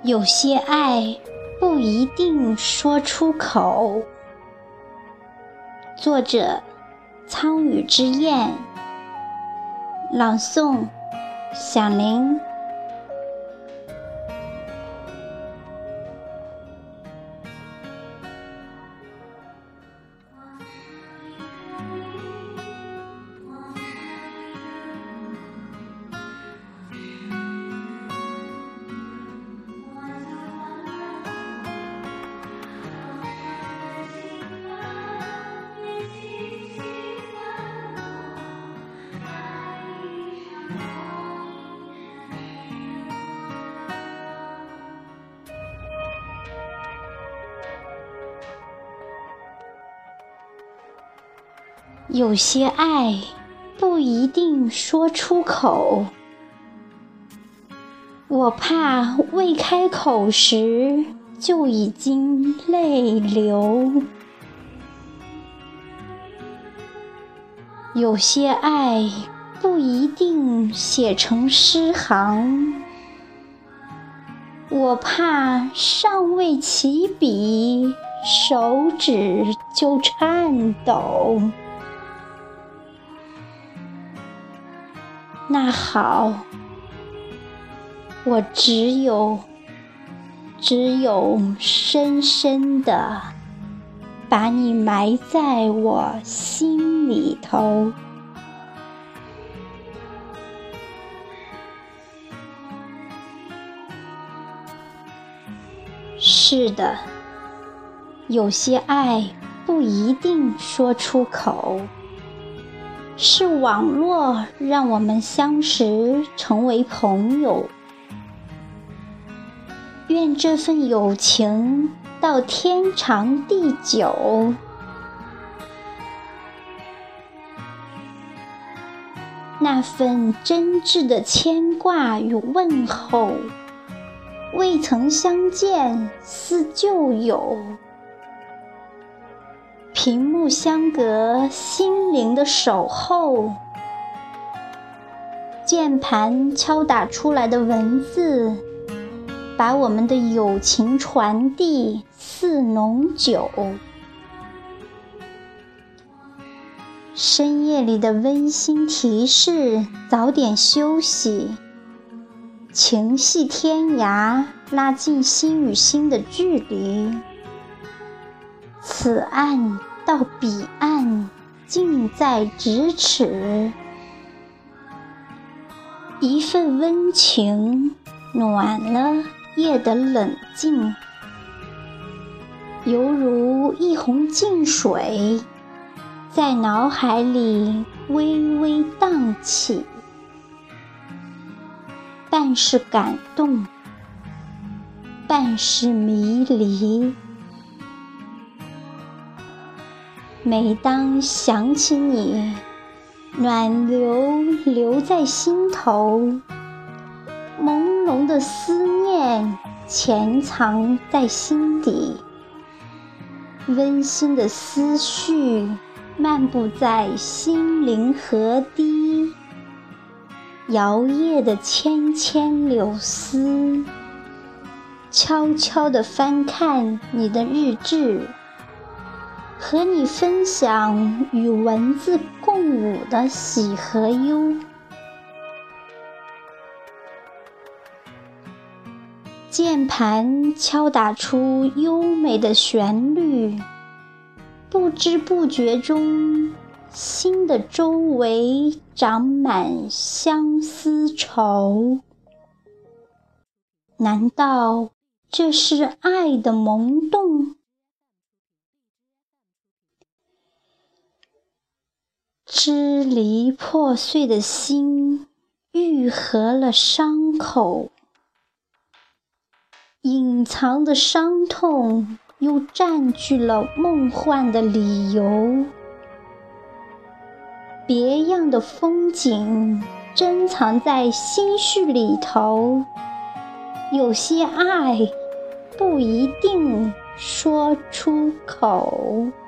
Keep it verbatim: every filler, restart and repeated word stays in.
有些爱不一定说出口。作者：苍羽之燕，朗诵：响铃。有些爱不一定说出口，我怕未开口时就已经泪流。有些爱不一定写成诗行，我怕尚未起笔，手指就颤抖。那好，我只有只有深深地把你埋在我心里头。是的，有些爱不一定说出口，是网络让我们相识成为朋友。愿这份友情到天长地久。那份真挚的牵挂与问候，未曾相见似旧友。屏幕相隔，心灵的守候，键盘敲打出来的文字，把我们的友情传递似浓酒。深夜里的温馨提示，早点休息。情系天涯，拉近心与心的距离。此岸到彼岸，近在咫尺。一份温情，暖了夜的冷静，犹如一泓静水，在脑海里微微荡起，半是感动，半是迷离。每当想起你，暖流留在心头，朦胧的思念潜藏在心底，温馨的思绪漫步在心灵河堤，摇曳的纤纤柳丝，悄悄地翻看你的日志，和你分享与文字共舞的喜和忧。键盘敲打出优美的旋律，不知不觉中，心的周围长满相思愁。难道这是爱的萌动？支离破碎的心愈合了伤口，隐藏的伤痛又占据了梦幻的理由。别样的风景珍藏在心绪里头，有些爱不一定说出口。